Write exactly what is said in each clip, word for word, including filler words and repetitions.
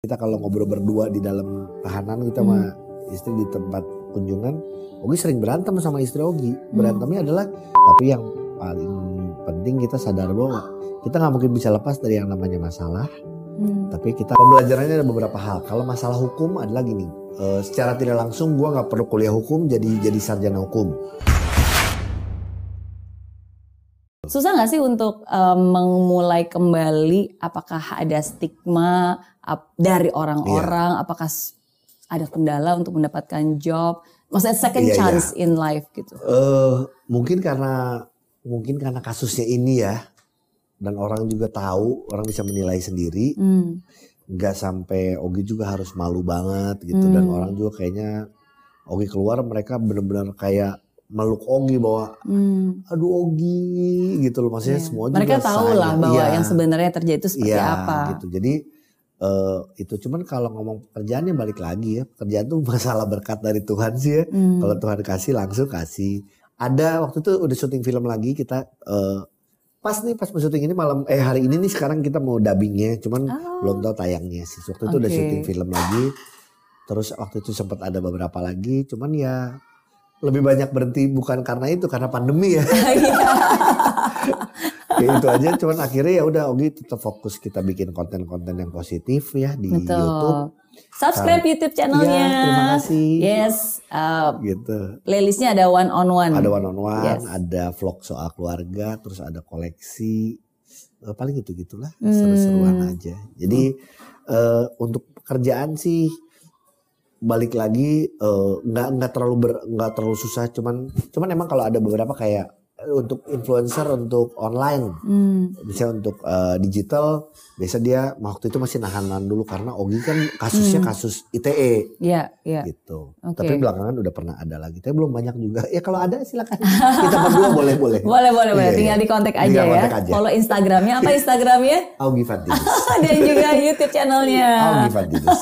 Kita kalau ngobrol berdua di dalam tahanan kita sama hmm. istri di tempat kunjungan, Ogi sering berantem sama istri Ogi. Berantemnya hmm. adalah, tapi yang paling penting kita sadar bahwa kita nggak mungkin bisa lepas dari yang namanya masalah. Hmm. Tapi kita pembelajarannya ada beberapa hal. Kalau masalah hukum adalah gini, e, secara tidak langsung gue nggak perlu kuliah hukum jadi jadi sarjana hukum. Susah nggak sih untuk um, memulai kembali? Apakah ada stigma ap, dari orang-orang? Yeah. Apakah ada kendala untuk mendapatkan job? Maksudnya second yeah, chance yeah. in life gitu? Uh, mungkin karena mungkin karena kasusnya ini ya, dan orang juga tahu, orang bisa menilai sendiri. Hmm. Nggak sampai Ogi juga harus malu banget gitu, hmm. dan orang juga kayaknya Ogi keluar mereka benar-benar kayak meluk Ogi bahwa hmm. aduh Ogi gitu loh, maksudnya yeah. semua mereka juga tahu lah bahwa yeah. yang sebenarnya terjadi itu seperti yeah, apa gitu. Jadi uh, itu cuman kalau ngomong pekerjaannya balik lagi ya, pekerjaan tuh masalah berkat dari Tuhan sih ya. hmm. Kalau Tuhan kasih langsung kasih. Ada waktu itu udah syuting film lagi kita uh, pas nih pas syuting ini malam eh hari ini nih sekarang kita mau dubbingnya, cuman oh. belum tahu tayangnya sih. Waktu itu okay. udah syuting film lagi, terus waktu itu sempat ada beberapa lagi, cuman ya lebih banyak berhenti bukan karena itu, karena pandemi ya. Kayak itu aja, cuman akhirnya ya udah Ogi tetap fokus kita bikin konten-konten yang positif ya di Betul. YouTube. Subscribe Kar- YouTube channelnya. Ya, terima kasih. Yes. Uh, gitu. Playlistnya ada one on one. Ada one on one, yes. Ada vlog soal keluarga, terus ada koleksi. Uh, paling gitu gitulah, hmm. seru-seruan aja. Jadi hmm. uh, untuk pekerjaan sih balik lagi nggak uh, nggak terlalu ber, nggak terlalu susah, cuman cuman emang kalau ada beberapa kayak untuk influencer untuk online, hmm. bisa untuk uh, digital, biasa dia waktu itu masih nahan-nahan dulu karena Ogi kan kasusnya hmm. kasus I T E, yeah, yeah. gitu. Okay. Tapi belakangan udah pernah ada lagi, tapi belum banyak juga. Ya kalau ada silakan kita berdua boleh boleh. Boleh boleh boleh, iya, tinggal iya. di kontak aja tinggal ya. Aja. Follow Instagramnya apa Instagramnya? Augie Fadilus. Dan juga YouTube channelnya. Augie Fadilus.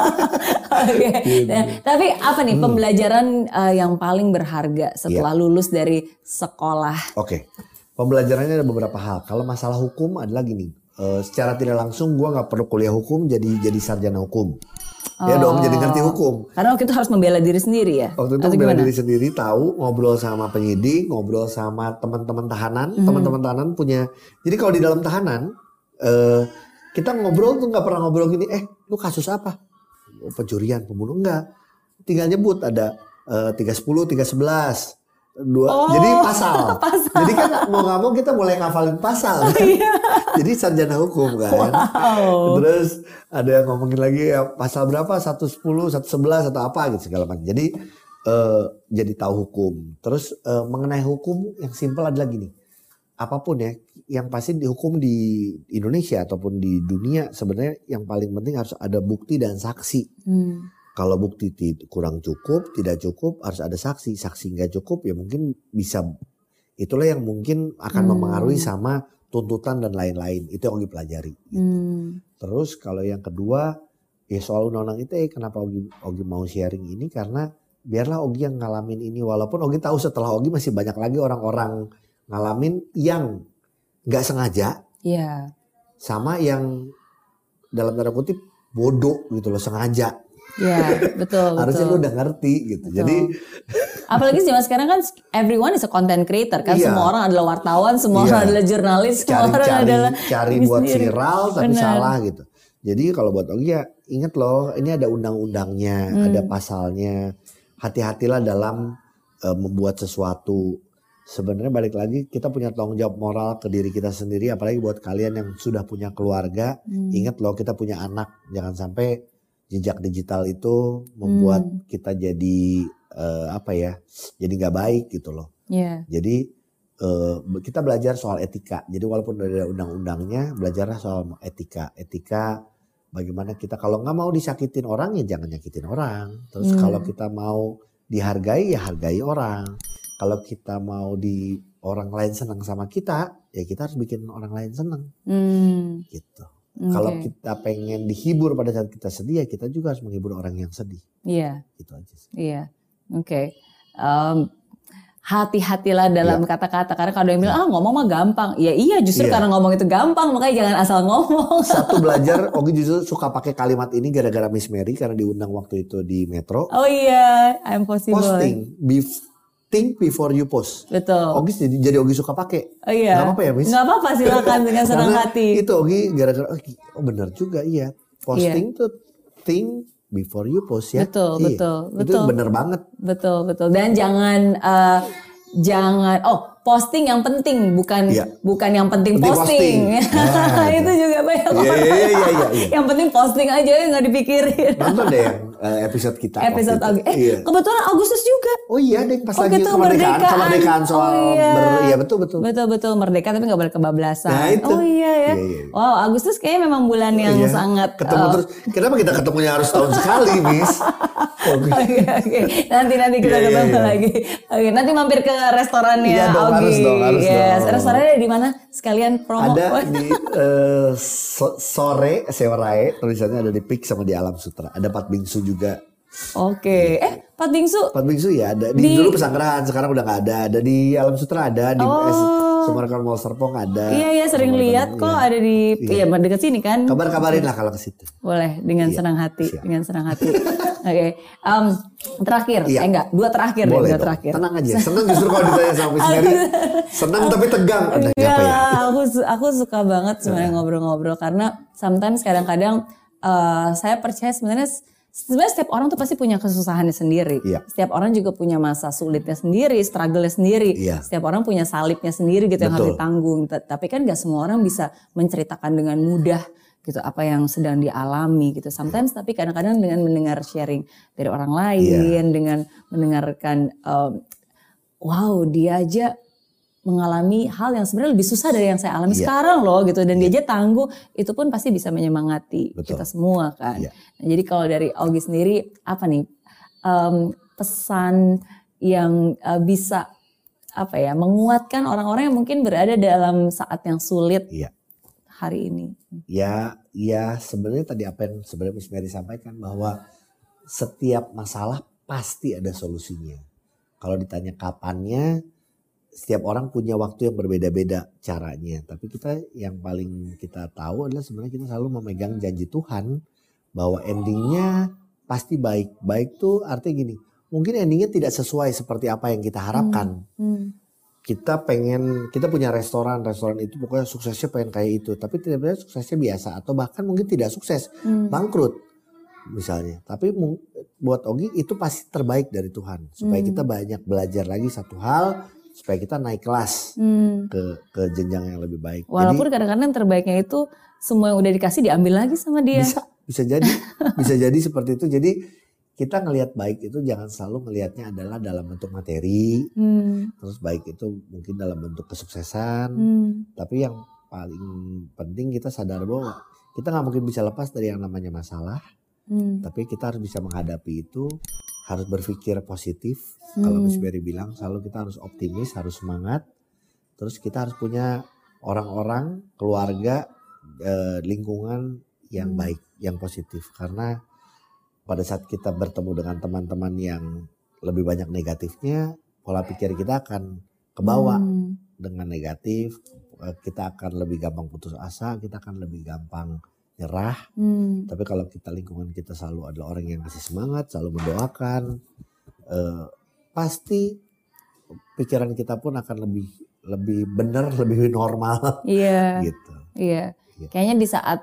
Oke. Nah, tapi apa nih hmm. pembelajaran uh, yang paling berharga setelah yeah. lulus dari sekolah? Oke, okay. Pembelajarannya ada beberapa hal. Kalau masalah hukum adalah gini, uh, secara tidak langsung gue nggak perlu kuliah hukum jadi jadi sarjana hukum. Oh. Ya dong, jadi ngerti hukum. Karena waktu itu harus membela diri sendiri ya. Waktu itu Atau membela gimana? diri sendiri, tahu ngobrol sama penyidik, ngobrol sama teman-teman tahanan, hmm. teman-teman tahanan punya. Jadi kalau di dalam tahanan, uh, kita ngobrol tuh nggak pernah ngobrol gini. Eh, lu kasus apa? Oh, pencurian, pembunuh enggak. Tinggal nyebut ada uh, tiga sepuluh, tiga sebelas. Dua, oh, jadi pasal. pasal. Jadi kan mau nggak mau kita mulai ngafalin pasal. Kan? Oh, iya. Jadi sarjana hukum kan. Wow. Terus ada yang ngomongin lagi ya pasal berapa, satu sepuluh, satu sebelas atau apa gitu segala macam. Jadi uh, jadi tahu hukum. Terus uh, mengenai hukum yang simpel adalah gini. Apapun ya, yang pasti dihukum di Indonesia ataupun di dunia sebenarnya yang paling penting harus ada bukti dan saksi. Hmm. Kalau bukti kurang cukup, tidak cukup, harus ada saksi. Saksi nggak cukup ya mungkin bisa, itulah yang mungkin akan hmm. mempengaruhi sama tuntutan dan lain-lain. Itu yang Ogi pelajari. Gitu. Hmm. Terus kalau yang kedua, ya soal undang-undang I T E, kenapa Ogi, Ogi mau sharing ini? Karena biarlah Ogi yang ngalamin ini. Walaupun Ogi tahu setelah Ogi masih banyak lagi orang-orang ngalamin yang nggak sengaja. Yeah. Sama yang dalam tanda kutip bodoh gitu loh, sengaja. Ya betul. Harusnya betul. lu udah ngerti gitu. Betul. Jadi apalagi sih mas sekarang kan everyone is a content creator kan. Iya. Semua orang adalah wartawan, semua iya. orang adalah jurnalis, semua cari, orang cari, adalah cari buat sendiri. viral tapi Benar. salah gitu. Jadi kalau buat Ogi ya inget loh, ini ada undang-undangnya, hmm. ada pasalnya. Hati-hatilah dalam uh, membuat sesuatu. Sebenarnya balik lagi kita punya tanggung jawab moral ke diri kita sendiri, apalagi buat kalian yang sudah punya keluarga. Hmm. Ingat loh kita punya anak, jangan sampai jejak digital itu membuat hmm. kita jadi uh, apa ya, jadi nggak baik gitu loh. Yeah. Jadi uh, kita belajar soal etika. Jadi walaupun ada undang-undangnya, belajarlah soal etika. Etika bagaimana kita kalau nggak mau disakitin orang ya jangan nyakitin orang. Terus hmm. kalau kita mau dihargai ya hargai orang. Kalau kita mau di orang lain senang sama kita, ya kita harus bikin orang lain senang. Hmm. Gitu. Okay. Kalau kita pengen dihibur pada saat kita sedih, ya kita juga harus menghibur orang yang sedih. Iya. Gitu aja sih. Iya. Oke. Okay. Um, hati-hatilah dalam Iya. kata-kata. Karena kalau ada yang bilang, ah ngomong mah gampang. Ya iya justru Iya. karena ngomong itu gampang, makanya jangan asal ngomong. Satu belajar, Ogi justru suka pakai kalimat ini gara-gara Miss Mary karena diundang waktu itu di Metro. Oh iya, I'm possible. Posting, bef- think before you post. Betul. Ogi jadi, jadi Ogi suka pakai. Oh iya. Gak apa-apa ya Miss? Gak apa-apa, silakan dengan senang Karena hati. itu Ogi gara-gara, oh benar juga iya. Posting tuh think before you post ya. Betul, Iya. betul, Itu betul. bener banget. Betul, betul. Dan jangan eh, jangan oh posting yang penting bukan Iya. bukan yang penting, Penting posting. posting. Nah, Itu juga banyak Iya, orang. iya, iya, iya, iya. Yang penting posting aja nggak dipikirin. Nonton deh yang eh, episode kita. Episode waktu Agustus. itu. Eh, Iya. kebetulan Agustus juga. Oh iya deh pas Oh, lagi gitu, kemerdekaan, kemerdekaan. kemerdekaan soal Oh, iya. ber, iya betul betul. Betul betul merdeka tapi nggak boleh kebablasan. Nah, itu. Oh iya ya. Iya, iya. Wow, Agustus kayaknya memang bulan yang Iya. sangat ketemu eh, terus. Kenapa kita ketemunya harus tahun sekali, Miss? Oke. Oke, oke. Nanti nanti kita Iya, iya, ketemu iya. lagi. Oke, nanti mampir ke restorannya Iya dong, Augie. harus dong, harus Yes. dong. Restorannya di mana? Sekalian promo. Ada di eh, so- sore Sewarae tulisannya ada di Pik sama di Alam Sutra. Ada Pat Bingsu juga. Oke. Eh, Pat Bingsu. Pat Bingsu ya ada di, Di- dulu Pesanggerahan, sekarang udah nggak ada. Ada di Alam Sutra ada di Oh. S Sumarkan Mall Serpong ada. Iya, iya sering Sumarkan, lihat kok iya. ada di iya dekat sini kan. Kabar-kabarin lah kalau ke situ. Boleh dengan Iya, senang hati, siap. dengan senang hati. Oke. Em, terakhir, Iya. eh enggak, dua terakhir deh, Boleh dua dong. terakhir. Tenang aja. Senang justru kalau ditanya sama Miss Mary. Senang tapi tegang. Ada Iya, apa ya? aku su- aku suka banget sebenarnya ngobrol-ngobrol karena sometimes kadang-kadang eh, saya percaya sebenarnya sebenarnya setiap orang tuh pasti punya kesusahannya sendiri. Iya. Setiap orang juga punya masa sulitnya sendiri, struggle-nya sendiri. Iya. Setiap orang punya salibnya sendiri gitu yang harus Betul. ditanggung. T- Tapi kan gak semua orang bisa menceritakan dengan mudah gitu apa yang sedang dialami gitu. Sometimes tapi kadang-kadang dengan mendengar sharing dari orang lain, Iya. dengan mendengarkan em, wow dia aja mengalami hal yang sebenarnya lebih susah dari yang saya alami Iya. sekarang loh gitu dan dia aja tangguh, itu pun pasti bisa menyemangati Betul. kita semua kan. Iya. Nah, jadi kalau dari Augie sendiri apa nih em, pesan yang eh, bisa apa ya menguatkan orang-orang yang mungkin berada dalam saat yang sulit Iya. hari ini. Ya, ya sebenarnya tadi apa yang sebenarnya Miss Mary sampaikan bahwa setiap masalah pasti ada solusinya. Kalau ditanya kapannya, setiap orang punya waktu yang berbeda-beda caranya. Tapi kita yang paling kita tahu adalah sebenarnya kita selalu memegang janji Tuhan bahwa endingnya pasti baik. Baik tuh artinya gini, mungkin endingnya tidak sesuai seperti apa yang kita harapkan. Hmm. Kita pengen, kita punya restoran, restoran itu pokoknya suksesnya pengen kayak itu. Tapi tidak suksesnya biasa atau bahkan mungkin tidak sukses, Hmm. bangkrut misalnya. Tapi mung- buat Ogi itu pasti terbaik dari Tuhan. Supaya Hmm. kita banyak belajar lagi satu hal, supaya kita naik kelas Hmm. ke ke jenjang yang lebih baik. Walaupun Jadi kadang-kadang yang terbaiknya itu semua yang udah dikasih diambil lagi sama dia. bisa bisa jadi bisa jadi seperti itu. Jadi kita ngelihat baik itu jangan selalu ngelihatnya adalah dalam bentuk materi, Hmm. terus baik itu mungkin dalam bentuk kesuksesan. Hmm. Tapi yang paling penting kita sadar bahwa kita nggak mungkin bisa lepas dari yang namanya masalah. Hmm. Tapi kita harus bisa menghadapi itu, harus berpikir positif. Kalau Hmm. Miss Berry bilang selalu kita harus optimis, harus semangat. Terus kita harus punya orang-orang, keluarga, eh, lingkungan yang Hmm. baik, yang positif. Karena pada saat kita bertemu dengan teman-teman yang lebih banyak negatifnya, pola pikir kita akan kebawa Hmm. dengan negatif. Eh, Kita akan lebih gampang putus asa, kita akan lebih gampang nyerah. Hmm. Tapi kalau kita lingkungan kita selalu adalah orang yang kasih semangat, selalu mendoakan, eh, pasti pikiran kita pun akan lebih lebih benar, lebih normal Iya. gitu. Iya, Iya. kayaknya di saat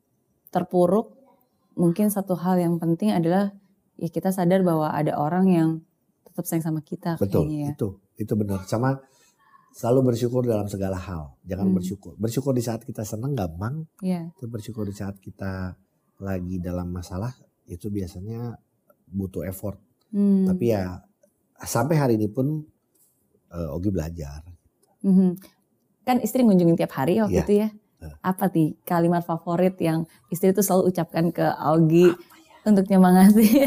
terpuruk mungkin satu hal yang penting adalah ya kita sadar bahwa ada orang yang tetap sayang sama kita Betul, kayaknya ya. itu itu benar. Sama selalu bersyukur dalam segala hal. Jangan Hmm. bersyukur. Bersyukur di saat kita senang gampang, Iya. tapi bersyukur di saat kita lagi dalam masalah itu biasanya butuh effort. Hmm. Tapi ya sampai hari ini pun eh, Ogi belajar. Mhm. Kan istri ngunjungin tiap hari waktu Iya. itu ya. Eh. Apa nih kalimat favorit yang istri itu selalu ucapkan ke Augie untuk nyemangati?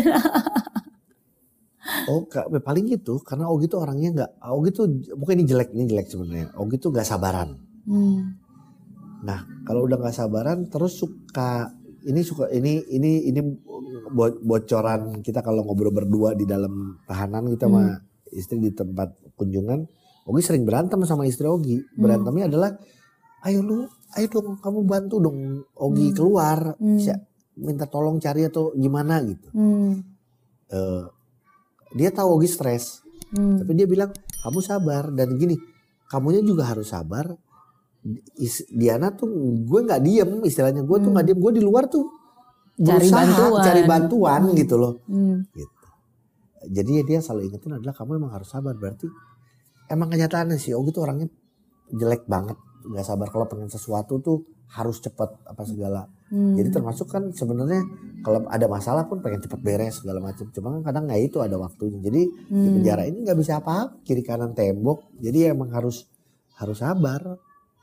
Oh, Kak, paling gitu karena Ogi tuh orangnya nggak, Ogi tuh bukan ini jelek, ini jelek sebenarnya. Ogi tuh nggak sabaran. Hmm. Nah, kalau udah nggak sabaran terus suka ini suka ini ini ini bo- bocoran kita kalau ngobrol berdua di dalam tahanan kita sama istri di tempat kunjungan, Ogi sering berantem sama istri Ogi. Berantemnya hmm. adalah, ayo lu, ayo dong kamu bantu dong Ogi hmm. keluar, hmm. minta tolong cari atau gimana gitu. Hmm. Uh, dia tahu Ogi stres, hmm. tapi dia bilang kamu sabar dan gini, kamunya juga harus sabar. Diana tuh gue nggak diem, istilahnya gue hmm. tuh nggak diem, gue di luar tuh berusaha cari bantuan, cari bantuan hmm. gitu loh. Hmm. Gitu. Jadi dia selalu ingetin adalah kamu emang harus sabar. Berarti emang kenyataannya sih Ogi tuh orangnya jelek banget, nggak sabar. Kalau pengen sesuatu tuh harus cepat apa segala. Hmm. Jadi termasuk kan sebenarnya kalau ada masalah pun pengen cepat beres segala macam. Cuma kan kadang nggak itu ada waktunya. Jadi hmm. di penjara ini nggak bisa apa-apa, kiri kanan tembok. Jadi emang harus harus sabar.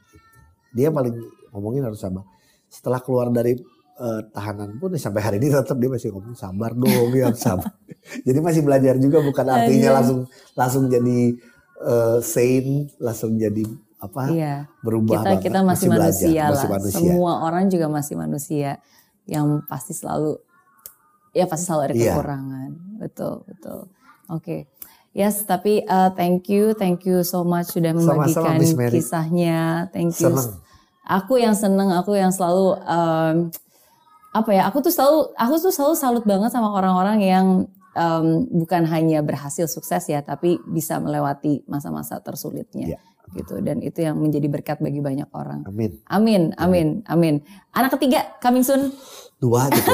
Dia paling ngomongin harus sabar. Setelah keluar dari uh, tahanan pun sampai hari ini tetap dia masih ngomong sabar dong, ya sabar. Jadi masih belajar juga, bukan artinya langsung langsung jadi uh, sane, langsung jadi apa? Iya. Berubah. Kita kita masih, masih manusia belajar, lah. Masih manusia. Semua orang juga masih manusia yang pasti selalu ya pasti selalu ada kekurangan. Iya. Betul, betul. Oke. Okay. Yes, tapi uh, thank you, thank you so much sudah membagikan Sama-sama, kisahnya. Thank you. Senang. Aku yang seneng, aku yang selalu um, apa ya? Aku tuh selalu, aku tuh selalu salut banget sama orang-orang yang um, bukan hanya berhasil sukses ya, tapi bisa melewati masa-masa tersulitnya. Yeah. Gitu, dan itu yang menjadi berkat bagi banyak orang. Amin. Amin, amin, amin. Anak ketiga coming soon. Dua gitu.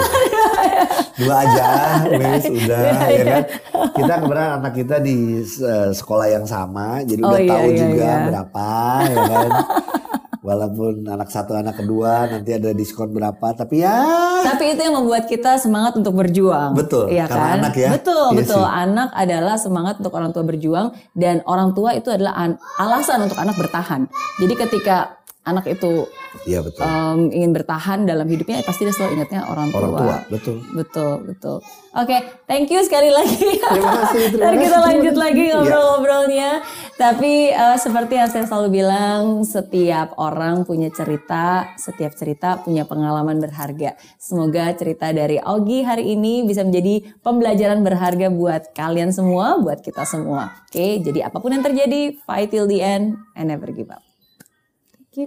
Dua aja, wes udah ya kan. Kita kebetulan anak kita di uh, sekolah yang sama, jadi oh, udah iya, tahu iya, juga iya. berapa ya kan. Walaupun anak satu anak kedua nanti ada diskon berapa, tapi ya. Tapi itu yang membuat kita semangat untuk berjuang. Betul. Ya karena kan? Anak ya. Betul, iya betul. Sih. Anak adalah semangat untuk orang tua berjuang dan orang tua itu adalah alasan untuk anak bertahan. Jadi ketika anak itu ya, betul. Um, ingin bertahan dalam hidupnya, ya pasti dia selalu ingatnya orang tua. Orang tua, betul. Betul, betul. Oke, okay, thank you sekali lagi. Terima kasih. Terima Ntar kita kasih. lanjut lagi ngobrol-ngobrolnya. Tapi uh, seperti yang saya selalu bilang, setiap orang punya cerita, setiap cerita punya pengalaman berharga. Semoga cerita dari Ogi hari ini bisa menjadi pembelajaran berharga buat kalian semua, buat kita semua. Oke, okay, jadi apapun yang terjadi, fight till the end and never give up. Thank you.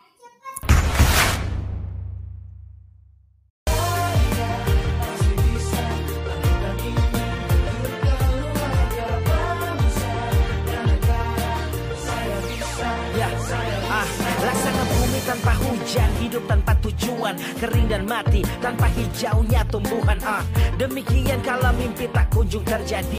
Tanpa hujan, hidup tanpa tujuan, kering dan mati tanpa hijaunya tumbuhan. Ah, demikian kalau mimpi tak kunjung terjadi.